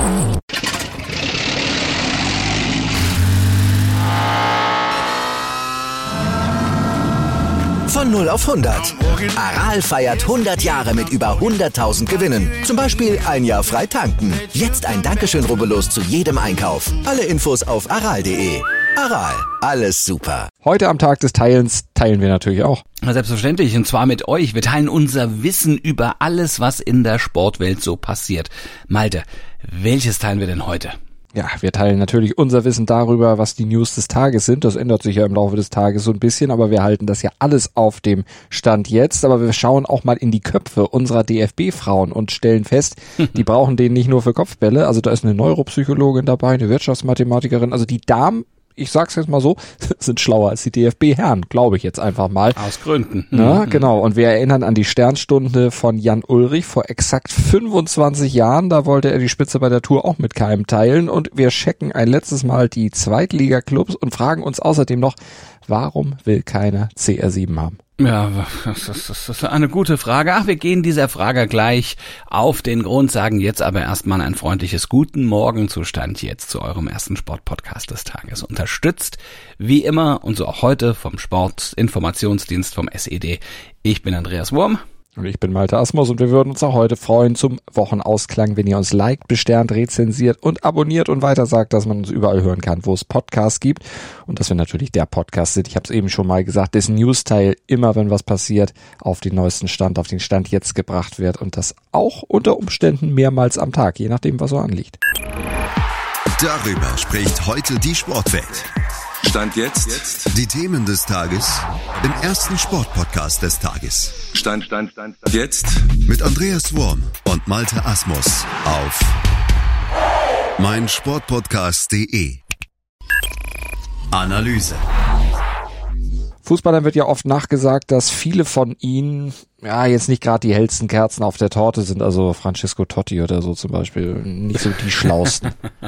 Von 0 auf 100. Aral feiert 100 Jahre mit über 100.000 Gewinnen. Zum Beispiel ein Jahr frei tanken. Jetzt ein Dankeschön, rubbellos zu jedem Einkauf. Alle Infos auf aral.de. Aral, alles super. Heute am Tag des Teilens teilen wir natürlich auch. Selbstverständlich, und zwar mit euch. Wir teilen unser Wissen über alles, was in der Sportwelt so passiert. Malte, welches teilen wir denn heute? Ja, wir teilen natürlich unser Wissen darüber, was die News des Tages sind. Das ändert sich ja im Laufe des Tages so ein bisschen, aber wir halten das ja alles auf dem Stand jetzt. Aber wir schauen auch mal in die Köpfe unserer DFB-Frauen und stellen fest, die brauchen den nicht nur für Kopfbälle. Also da ist eine Neuropsychologin dabei, eine Wirtschaftsmathematikerin. Also die Damen, ich sag's jetzt mal so, sind schlauer als die DFB-Herren, glaube ich jetzt einfach mal. Aus Gründen. Ja, genau. Und wir erinnern an die Sternstunde von Jan Ullrich vor exakt 25 Jahren. Da wollte er die Spitze bei der Tour auch mit keinem teilen. Und wir checken ein letztes Mal die Zweitliga-Clubs und fragen uns außerdem noch, warum will keiner CR7 haben? Ja, das ist eine gute Frage. Ach, wir gehen dieser Frage gleich auf den Grund, sagen jetzt aber erstmal ein freundliches Guten Morgen zu Stand jetzt zu eurem ersten Sportpodcast des Tages. Unterstützt, wie immer, und so auch heute vom Sportinformationsdienst vom SED. Ich bin Andreas Wurm. Und ich bin Malte Asmus und wir würden uns auch heute freuen zum Wochenausklang, wenn ihr uns liked, besternt, rezensiert und abonniert und weiter sagt, dass man uns überall hören kann, wo es Podcasts gibt und dass wir natürlich der Podcast sind. Ich habe es eben schon mal gesagt, das News-Teil immer, wenn was passiert, auf den neuesten Stand, auf den Stand jetzt gebracht wird und das auch unter Umständen mehrmals am Tag, je nachdem, was so anliegt. Darüber spricht heute die Sportwelt. Stand jetzt. Die Themen des Tages im ersten Sportpodcast des Tages. Stand jetzt mit Andreas Wurm und Malte Asmus auf meinsportpodcast.de. Analyse. Fußballern wird ja oft nachgesagt, dass viele von ihnen ja jetzt nicht gerade die hellsten Kerzen auf der Torte sind, also Francesco Totti oder so zum Beispiel, nicht so die schlausten.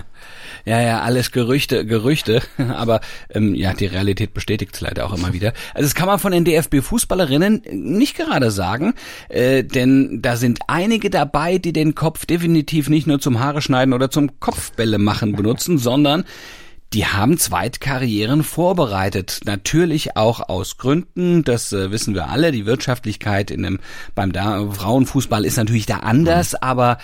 Ja, alles Gerüchte, aber die Realität bestätigt es leider auch immer wieder. Also das kann man von den DFB-Fußballerinnen nicht gerade sagen, denn da sind einige dabei, die den Kopf definitiv nicht nur zum Haare schneiden oder zum Kopfbälle machen benutzen, sondern die haben Zweitkarrieren vorbereitet. Natürlich auch aus Gründen, das wissen wir alle. Die Wirtschaftlichkeit beim Frauenfußball ist natürlich da anders, aber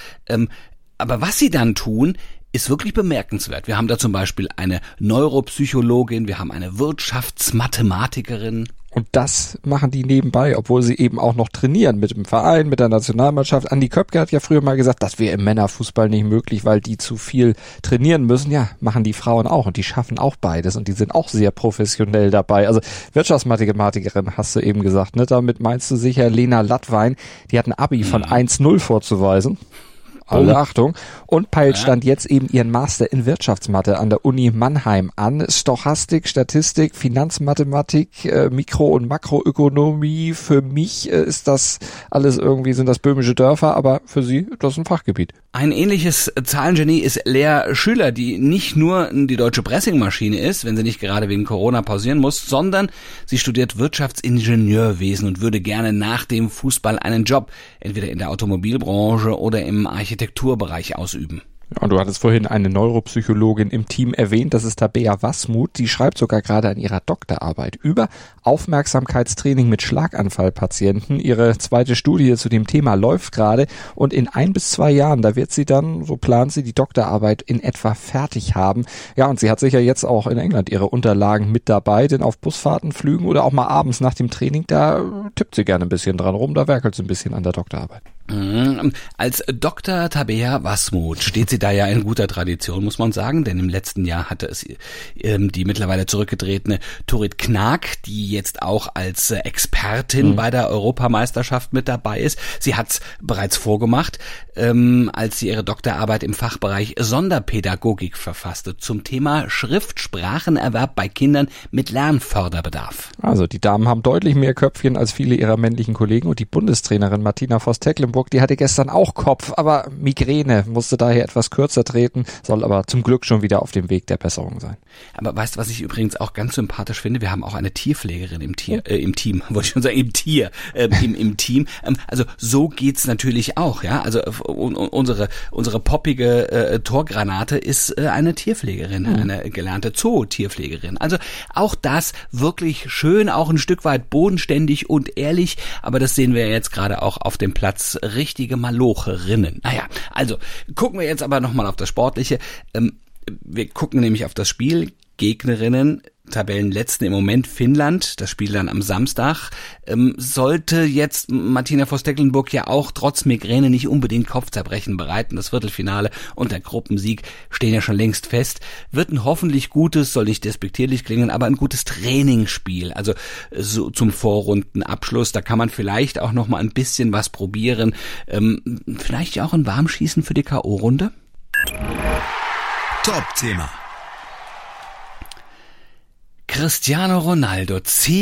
was sie dann tun, ist wirklich bemerkenswert. Wir haben da zum Beispiel eine Neuropsychologin, wir haben eine Wirtschaftsmathematikerin. Und das machen die nebenbei, obwohl sie eben auch noch trainieren mit dem Verein, mit der Nationalmannschaft. Andi Köpke hat ja früher mal gesagt, das wäre im Männerfußball nicht möglich, weil die zu viel trainieren müssen. Ja, machen die Frauen auch und die schaffen auch beides und die sind auch sehr professionell dabei. Also Wirtschaftsmathematikerin hast du eben gesagt, ne? Damit meinst du sicher Lena Lattwein, die hat ein Abi von 1,0 vorzuweisen. Alle Achtung. Und peilt Stand jetzt eben ihren Master in Wirtschaftsmathe an der Uni Mannheim an. Stochastik, Statistik, Finanzmathematik, Mikro- und Makroökonomie. Für mich ist das alles irgendwie, sind das böhmische Dörfer, aber für sie, das ist ein Fachgebiet. Ein ähnliches Zahlengenie ist Lea Schüler, die nicht nur die deutsche Pressingmaschine ist, wenn sie nicht gerade wegen Corona pausieren muss, sondern sie studiert Wirtschaftsingenieurwesen und würde gerne nach dem Fußball einen Job, entweder in der Automobilbranche oder im Architekturbereich ausüben. Ja, und du hattest vorhin eine Neuropsychologin im Team erwähnt, das ist Tabea Wasmuth, die schreibt sogar gerade an ihrer Doktorarbeit über Aufmerksamkeitstraining mit Schlaganfallpatienten. Ihre zweite Studie zu dem Thema läuft gerade und in 1 bis 2 Jahren, da wird sie dann, so plant sie, die Doktorarbeit in etwa fertig haben. Ja, und sie hat sicher jetzt auch in England ihre Unterlagen mit dabei, denn auf Busfahrten, Flügen oder auch mal abends nach dem Training, da tippt sie gerne ein bisschen dran rum, da werkelt sie ein bisschen an der Doktorarbeit. Als Dr. Tabea Wasmuth steht sie da ja in guter Tradition, muss man sagen, denn im letzten Jahr hatte es die mittlerweile zurückgetretene Turit Knag, die jetzt auch als Expertin bei der Europameisterschaft mit dabei ist. Sie hat's bereits vorgemacht, als sie ihre Doktorarbeit im Fachbereich Sonderpädagogik verfasste zum Thema Schriftsprachenerwerb bei Kindern mit Lernförderbedarf. Also die Damen haben deutlich mehr Köpfchen als viele ihrer männlichen Kollegen und die Bundestrainerin Martina Voss-Tecklenburg Stecklenburg, die hatte gestern auch Kopf, aber Migräne, musste daher etwas kürzer treten, soll aber zum Glück schon wieder auf dem Weg der Besserung sein. Aber weißt du, was ich übrigens auch ganz sympathisch finde? Wir haben auch eine Tierpflegerin im Team, im Team. Also so geht's natürlich auch, ja. Also unsere poppige Torgranate ist eine Tierpflegerin, eine gelernte Zootierpflegerin. Also auch das wirklich schön, auch ein Stück weit bodenständig und ehrlich, aber das sehen wir jetzt gerade auch auf dem Platz, richtige Malocherinnen. Naja, also gucken wir jetzt aber nochmal auf das Sportliche. Wir gucken nämlich auf das Spiel. Gegnerinnen, Tabellenletzten im Moment Finnland, das Spiel dann am Samstag. Sollte jetzt Martina Voss-Tecklenburg ja auch trotz Migräne nicht unbedingt Kopfzerbrechen bereiten. Das Viertelfinale und der Gruppensieg stehen ja schon längst fest. Wird ein hoffentlich gutes, soll nicht despektierlich klingen, aber ein gutes Trainingsspiel. Also so zum Vorrundenabschluss, da kann man vielleicht auch noch mal ein bisschen was probieren. Vielleicht auch ein Warmschießen für die K.O.-Runde? Top-Thema. Cristiano Ronaldo,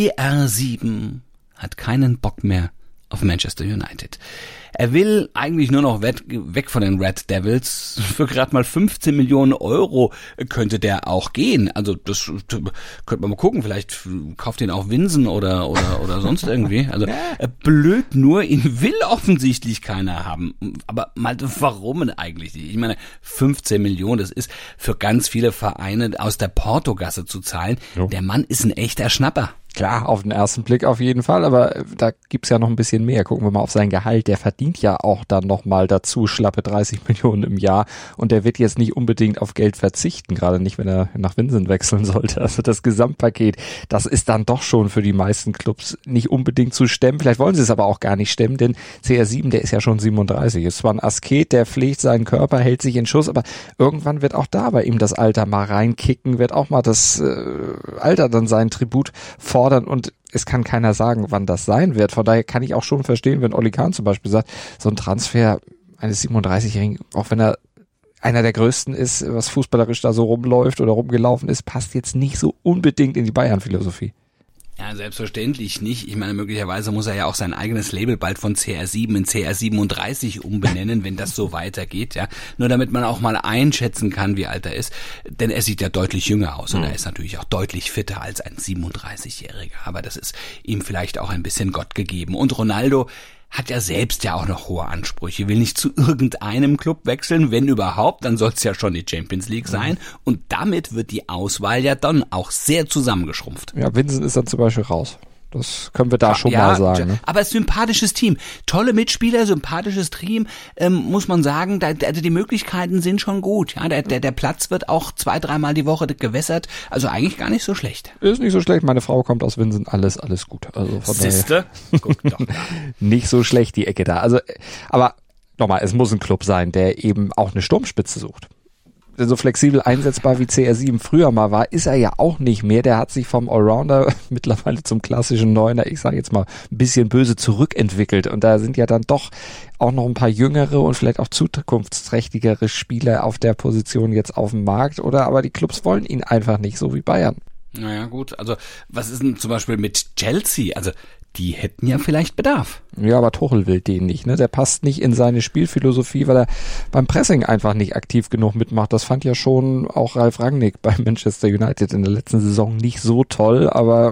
CR7, hat keinen Bock mehr auf Manchester United. Er will eigentlich nur noch weg von den Red Devils. Für gerade mal 15 Millionen Euro könnte der auch gehen. Also das könnte man mal gucken. Vielleicht kauft ihn auch Winsen oder sonst irgendwie. Also blöd nur, ihn will offensichtlich keiner haben. Aber mal, warum eigentlich nicht? Ich meine, 15 Millionen, das ist für ganz viele Vereine aus der Portogasse zu zahlen. Jo. Der Mann ist ein echter Schnapper. Klar, auf den ersten Blick auf jeden Fall, aber da gibt's ja noch ein bisschen mehr. Gucken wir mal auf sein Gehalt. Der verdient ja auch dann nochmal dazu schlappe 30 Millionen im Jahr und der wird jetzt nicht unbedingt auf Geld verzichten, gerade nicht, wenn er nach Vincent wechseln sollte. Also das Gesamtpaket, das ist dann doch schon für die meisten Clubs nicht unbedingt zu stemmen. Vielleicht wollen sie es aber auch gar nicht stemmen, denn CR7, der ist ja schon 37. Ist zwar ein Asket, der pflegt seinen Körper, hält sich in Schuss, aber irgendwann wird auch da bei ihm das Alter mal reinkicken, wird auch mal das Alter dann seinen Tribut fordern und es kann keiner sagen, wann das sein wird. Von daher kann ich auch schon verstehen, wenn Oli Kahn zum Beispiel sagt, so ein Transfer eines 37-Jährigen, auch wenn er einer der größten ist, was fußballerisch da so rumläuft oder rumgelaufen ist, passt jetzt nicht so unbedingt in die Bayern-Philosophie. Ja, selbstverständlich nicht. Ich meine, möglicherweise muss er ja auch sein eigenes Label bald von CR7 in CR37 umbenennen, wenn das so weitergeht, ja. Nur damit man auch mal einschätzen kann, wie alt er ist. Denn er sieht ja deutlich jünger aus und er ist natürlich auch deutlich fitter als ein 37-Jähriger. Aber das ist ihm vielleicht auch ein bisschen Gott gegeben. Und Ronaldo hat ja selbst ja auch noch hohe Ansprüche, will nicht zu irgendeinem Club wechseln, wenn überhaupt, dann soll es ja schon die Champions League sein und damit wird die Auswahl ja dann auch sehr zusammengeschrumpft. Ja, Vincent ist dann zum Beispiel raus. Das können wir da schon mal sagen. Ne? Aber sympathisches Team, tolle Mitspieler, sympathisches Team, muss man sagen, also die Möglichkeiten sind schon gut. Ja, der Platz wird auch 2-3 Mal die Woche gewässert, also eigentlich gar nicht so schlecht. Ist nicht so schlecht, meine Frau kommt aus Vincent, alles gut. Also von Siehste? Guck doch da. Nicht so schlecht die Ecke da. Also, aber nochmal, es muss ein Club sein, der eben auch eine Sturmspitze sucht. So flexibel einsetzbar wie CR7 früher mal war, ist er ja auch nicht mehr. Der hat sich vom Allrounder mittlerweile zum klassischen Neuner, ich sage jetzt mal, ein bisschen böse zurückentwickelt. Und da sind ja dann doch auch noch ein paar jüngere und vielleicht auch zukunftsträchtigere Spieler auf der Position jetzt auf dem Markt. Oder aber die Clubs wollen ihn einfach nicht, so wie Bayern. Naja gut, also was ist denn zum Beispiel mit Chelsea? Also die hätten ja vielleicht Bedarf. Ja, aber Tuchel will den nicht, ne? Der passt nicht in seine Spielphilosophie, weil er beim Pressing einfach nicht aktiv genug mitmacht. Das fand ja schon auch Ralf Rangnick bei Manchester United in der letzten Saison nicht so toll, aber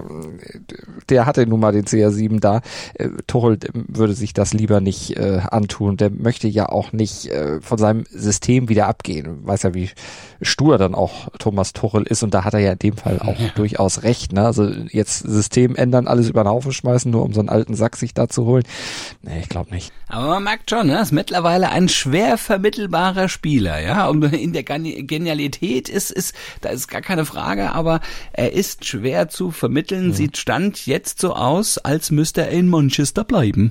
der hatte nun mal den CR7 da. Tuchel würde sich das lieber nicht antun. Der möchte ja auch nicht von seinem System wieder abgehen. Weiß ja, wie stur dann auch Thomas Tuchel ist und da hat er ja in dem Fall auch durchaus recht, ne? Also jetzt System ändern, alles über den Haufen schmeißen, nur um so einen alten Sack sich da zu holen. Nee, ich glaube nicht. Aber man merkt schon, er ist mittlerweile ein schwer vermittelbarer Spieler, ja. Und in der Genialität da ist gar keine Frage, aber er ist schwer zu vermitteln, sieht Stand jetzt so aus, als müsste er in Manchester bleiben.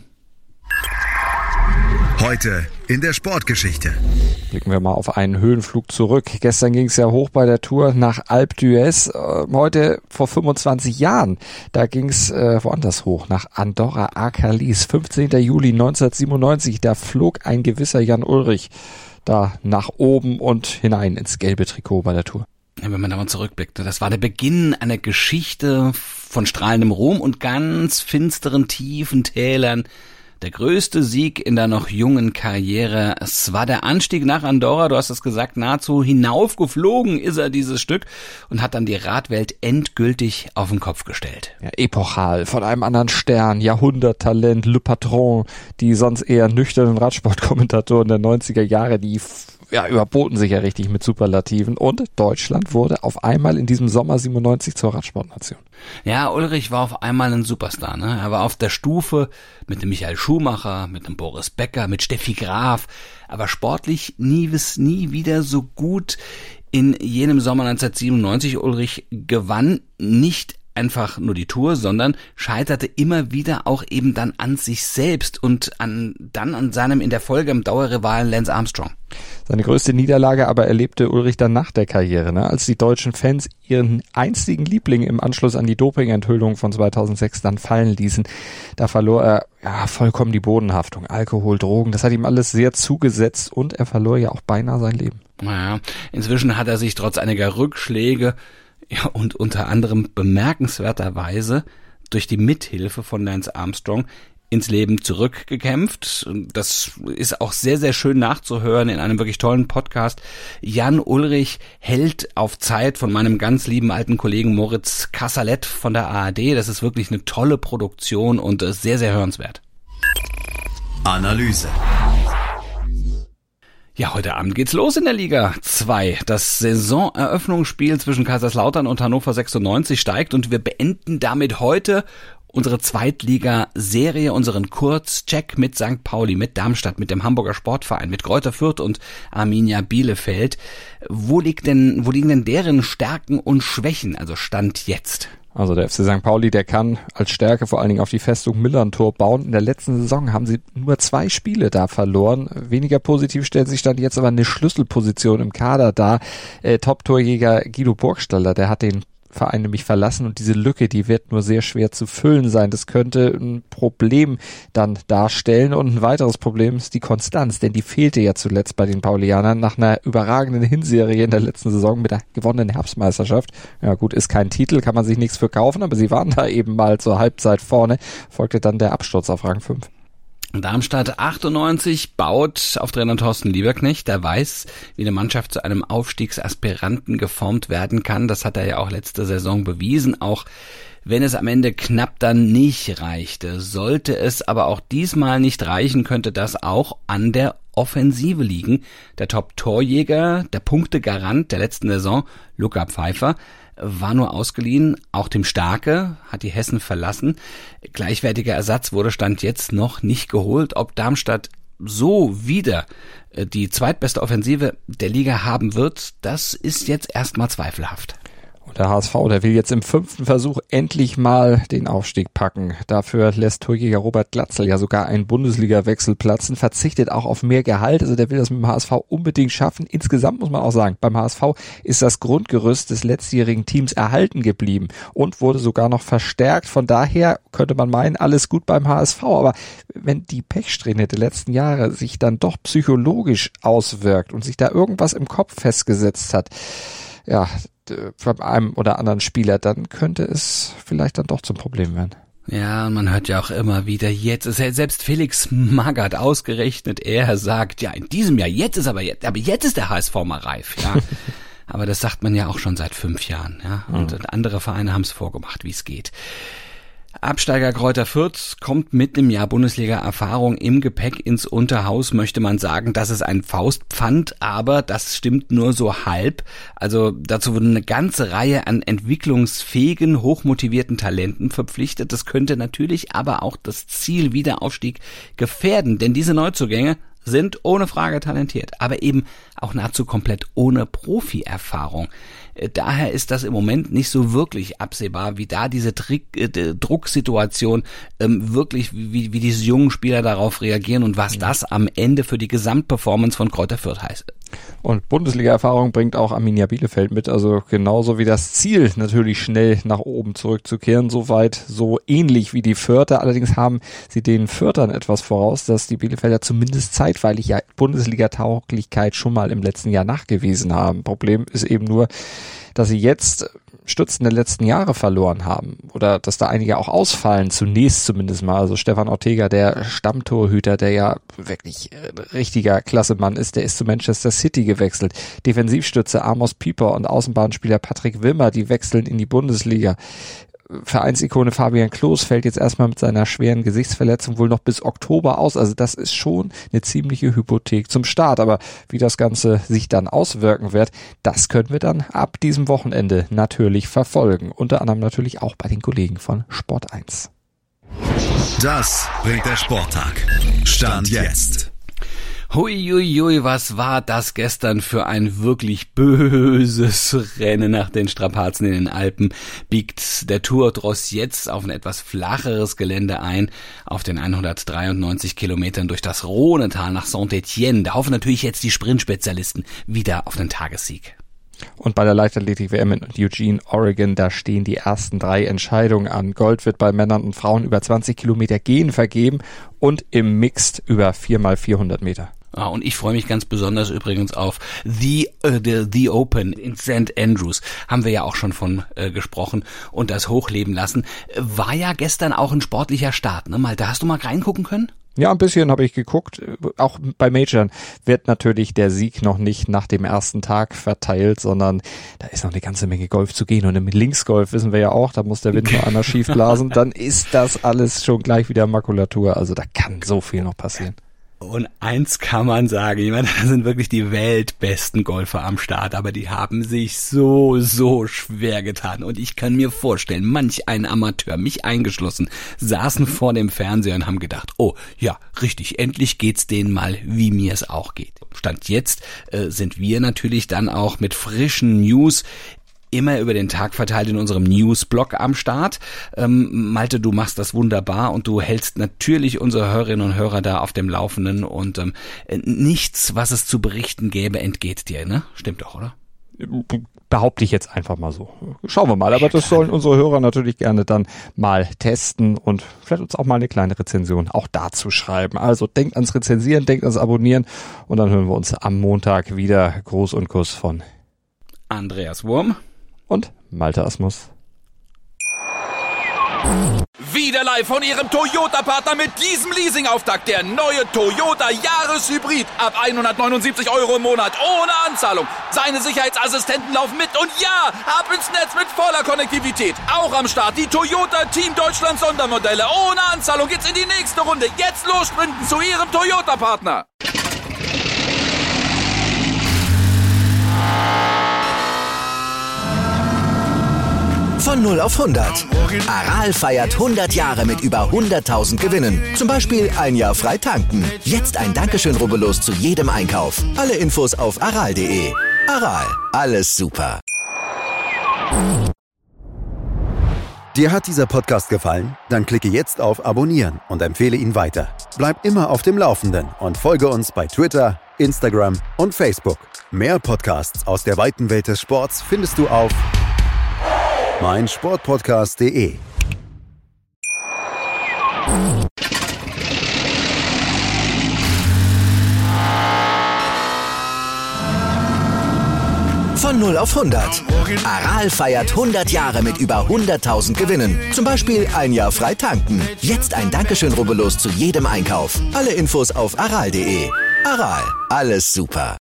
Heute in der Sportgeschichte. Blicken wir mal auf einen Höhenflug zurück. Gestern ging es ja hoch bei der Tour nach Alpe d'Huez. Heute vor 25 Jahren, da ging es woanders hoch, nach Andorra Arcalis. 15. Juli 1997, da flog ein gewisser Jan Ullrich da nach oben und hinein ins gelbe Trikot bei der Tour. Ja, wenn man da mal zurückblickt, das war der Beginn einer Geschichte von strahlendem Ruhm und ganz finsteren, tiefen Tälern. Der größte Sieg in der noch jungen Karriere. Es war der Anstieg nach Andorra, du hast es gesagt, nahezu hinaufgeflogen ist er, dieses Stück, und hat dann die Radwelt endgültig auf den Kopf gestellt. Ja, epochal, von einem anderen Stern, Jahrhunderttalent, Le Patron, die sonst eher nüchternen Radsportkommentatoren der 90er Jahre, die überboten sich ja richtig mit Superlativen, und Deutschland wurde auf einmal in diesem Sommer 97 zur Radsportnation. Ja, Ulrich war auf einmal ein Superstar, ne? Er war auf der Stufe mit dem Michael Schumacher, mit dem Boris Becker, mit Steffi Graf, aber sportlich nie wieder so gut. In jenem Sommer 1997, Ulrich gewann nicht einfach nur die Tour, sondern scheiterte immer wieder auch eben dann an sich selbst und an seinem in der Folge im Dauerrivalen Lance Armstrong. Seine größte Niederlage aber erlebte Ulrich dann nach der Karriere, ne? Als die deutschen Fans ihren einzigen Liebling im Anschluss an die Dopingenthüllung von 2006 dann fallen ließen. Da verlor er vollkommen die Bodenhaftung. Alkohol, Drogen, das hat ihm alles sehr zugesetzt, und er verlor ja auch beinahe sein Leben. Naja, inzwischen hat er sich trotz einiger Rückschläge und unter anderem bemerkenswerterweise durch die Mithilfe von Lance Armstrong ins Leben zurückgekämpft. Das ist auch sehr, sehr schön nachzuhören in einem wirklich tollen Podcast. Jan Ullrich hält auf Zeit von meinem ganz lieben alten Kollegen Moritz Kassalet von der ARD. Das ist wirklich eine tolle Produktion und sehr, sehr hörenswert. Analyse. Ja, heute Abend geht's los in der Liga 2. Das Saisoneröffnungsspiel zwischen Kaiserslautern und Hannover 96 steigt, und wir beenden damit heute unsere Zweitliga-Serie, unseren Kurzcheck mit St. Pauli, mit Darmstadt, mit dem Hamburger Sportverein, mit Greuther Fürth und Arminia Bielefeld. Wo liegen denn deren Stärken und Schwächen, also Stand jetzt? Also der FC St. Pauli, der kann als Stärke vor allen Dingen auf die Festung Millerntor bauen. In der letzten Saison haben sie nur 2 Spiele da verloren. Weniger positiv stellt sich dann jetzt aber eine Schlüsselposition im Kader dar. Top-Torjäger Guido Burgstaller, der hat den Verein nämlich verlassen, und diese Lücke, die wird nur sehr schwer zu füllen sein. Das könnte ein Problem dann darstellen, und ein weiteres Problem ist die Konstanz, denn die fehlte ja zuletzt bei den Paulianern nach einer überragenden Hinserie in der letzten Saison mit der gewonnenen Herbstmeisterschaft. Ja gut, ist kein Titel, kann man sich nichts für kaufen, aber sie waren da eben mal zur Halbzeit vorne, folgte dann der Absturz auf Rang 5. Darmstadt 98 baut auf Trainer Thorsten Lieberknecht, der weiß, wie eine Mannschaft zu einem Aufstiegsaspiranten geformt werden kann. Das hat er ja auch letzte Saison bewiesen, auch wenn es am Ende knapp dann nicht reichte. Sollte es aber auch diesmal nicht reichen, könnte das auch an der Offensive liegen. Der Top-Torjäger, der Punktegarant der letzten Saison, Luca Pfeiffer, war nur ausgeliehen. Auch Tim Starke hat die Hessen verlassen. Gleichwertiger Ersatz wurde Stand jetzt noch nicht geholt. Ob Darmstadt so wieder die zweitbeste Offensive der Liga haben wird, das ist jetzt erstmal zweifelhaft. Und der HSV, der will jetzt im 5. Versuch endlich mal den Aufstieg packen. Dafür lässt Torjäger Robert Glatzel ja sogar einen Bundesliga-Wechsel platzen, verzichtet auch auf mehr Gehalt. Also der will das mit dem HSV unbedingt schaffen. Insgesamt muss man auch sagen, beim HSV ist das Grundgerüst des letztjährigen Teams erhalten geblieben und wurde sogar noch verstärkt. Von daher könnte man meinen, alles gut beim HSV. Aber wenn die Pechsträhne der letzten Jahre sich dann doch psychologisch auswirkt und sich da irgendwas im Kopf festgesetzt hat, ja, von einem oder anderen Spieler, dann könnte es vielleicht dann doch zum Problem werden. Ja, man hört ja auch immer wieder, jetzt ist selbst Felix Magath ausgerechnet, er sagt, ja, in diesem Jahr, jetzt ist der HSV mal reif, ja. Aber das sagt man ja auch schon seit 5 Jahren, ja. Und andere Vereine haben es vorgemacht, wie es geht. Absteiger Greuther Fürth kommt mit dem Jahr Bundesliga-Erfahrung im Gepäck ins Unterhaus, möchte man sagen, das ist ein Faustpfand, aber das stimmt nur so halb. Also dazu wurde eine ganze Reihe an entwicklungsfähigen, hochmotivierten Talenten verpflichtet. Das könnte natürlich aber auch das Ziel Wiederaufstieg gefährden, denn diese Neuzugänge sind ohne Frage talentiert, aber eben auch nahezu komplett ohne Profi-Erfahrung. Daher ist das im Moment nicht so wirklich absehbar, wie da diese Drucksituation wirklich, wie diese jungen Spieler darauf reagieren und was das am Ende für die Gesamtperformance von Greuther Fürth heißt. Und Bundesliga-Erfahrung bringt auch Arminia Bielefeld mit, also genauso wie das Ziel natürlich schnell nach oben zurückzukehren, soweit so ähnlich wie die Fürther. Allerdings haben sie den Fürthern etwas voraus, dass die Bielefelder zumindest zeitweilig ja Bundesliga-Tauglichkeit schon mal Mal im letzten Jahr nachgewiesen haben. Problem ist eben nur, dass sie jetzt Stützen der letzten Jahre verloren haben oder dass da einige auch ausfallen, zunächst zumindest mal. Also Stefan Ortega, der Stammtorhüter, der ja wirklich richtiger Klassemann ist, der ist zu Manchester City gewechselt. Defensivstütze Amos Pieper und Außenbahnspieler Patrick Wimmer, die wechseln in die Bundesliga. Vereinsikone Fabian Klos fällt jetzt erstmal mit seiner schweren Gesichtsverletzung wohl noch bis Oktober aus. Also das ist schon eine ziemliche Hypothek zum Start. Aber wie das Ganze sich dann auswirken wird, das können wir dann ab diesem Wochenende natürlich verfolgen. Unter anderem natürlich auch bei den Kollegen von Sport 1. Das bringt der Sporttag. Stand jetzt. Huiuiui, was war das gestern für ein wirklich böses Rennen nach den Strapazen in den Alpen? Biegt der Tour Dross jetzt auf ein etwas flacheres Gelände ein, auf den 193 Kilometern durch das Rhonetal nach Saint-Étienne. Da hoffen natürlich jetzt die Sprintspezialisten wieder auf den Tagessieg. Und bei der Leichtathletik-WM in Eugene, Oregon, da stehen die ersten 3 Entscheidungen an. Gold wird bei Männern und Frauen über 20 Kilometer Gehen vergeben und im Mixed über 4x400 Meter. Und ich freue mich ganz besonders übrigens auf The Open in St. Andrews. Haben wir ja auch schon von gesprochen und das hochleben lassen. War ja gestern auch ein sportlicher Start, ne? Malte, hast du mal reingucken können? Ja, ein bisschen habe ich geguckt. Auch bei Majoren wird natürlich der Sieg noch nicht nach dem ersten Tag verteilt, sondern da ist noch eine ganze Menge Golf zu gehen. Und im Linksgolf wissen wir ja auch, da muss der Wind nur einmal schief blasen. Dann ist das alles schon gleich wieder Makulatur. Also da kann so viel noch passieren. Und eins kann man sagen, ich meine, da sind wirklich die weltbesten Golfer am Start, aber die haben sich so schwer getan. Und ich kann mir vorstellen, manch ein Amateur, mich eingeschlossen, saßen vor dem Fernseher und haben gedacht, oh ja, richtig, endlich geht's denen mal, wie mir es auch geht. Stand jetzt sind wir natürlich dann auch mit frischen News immer über den Tag verteilt in unserem Newsblog am Start. Malte, du machst das wunderbar und du hältst natürlich unsere Hörerinnen und Hörer da auf dem Laufenden und nichts, was es zu berichten gäbe, entgeht dir, ne? Stimmt doch, oder? Behaupte ich jetzt einfach mal so. Schauen wir mal, aber das sollen unsere Hörer natürlich gerne dann mal testen und vielleicht uns auch mal eine kleine Rezension auch dazu schreiben. Also denkt ans Rezensieren, denkt ans Abonnieren und dann hören wir uns am Montag wieder. Gruß und Kuss von Andreas Wurm und Malte Asmus. Wieder live von Ihrem Toyota-Partner mit diesem Leasing-Auftakt. Der neue Toyota Jahreshybrid. Ab 179 € im Monat. Ohne Anzahlung. Seine Sicherheitsassistenten laufen mit. Und ja, ab ins Netz mit voller Konnektivität. Auch am Start die Toyota Team Deutschland Sondermodelle. Ohne Anzahlung geht's in die nächste Runde. Jetzt los sprinten zu Ihrem Toyota-Partner. Von 0 auf 100. Aral feiert 100 Jahre mit über 100.000 Gewinnen. Zum Beispiel ein Jahr frei tanken. Jetzt ein Dankeschön, rubbellos zu jedem Einkauf. Alle Infos auf aral.de. Aral, alles super. Dir hat dieser Podcast gefallen? Dann klicke jetzt auf Abonnieren und empfehle ihn weiter. Bleib immer auf dem Laufenden und folge uns bei Twitter, Instagram und Facebook. Mehr Podcasts aus der weiten Welt des Sports findest du auf meinsportpodcast.de. Von 0 auf 100. Aral feiert 100 Jahre mit über 100.000 Gewinnen. Zum Beispiel ein Jahr frei tanken. Jetzt ein Dankeschön, rubbellos zu jedem Einkauf. Alle Infos auf aral.de. Aral, alles super.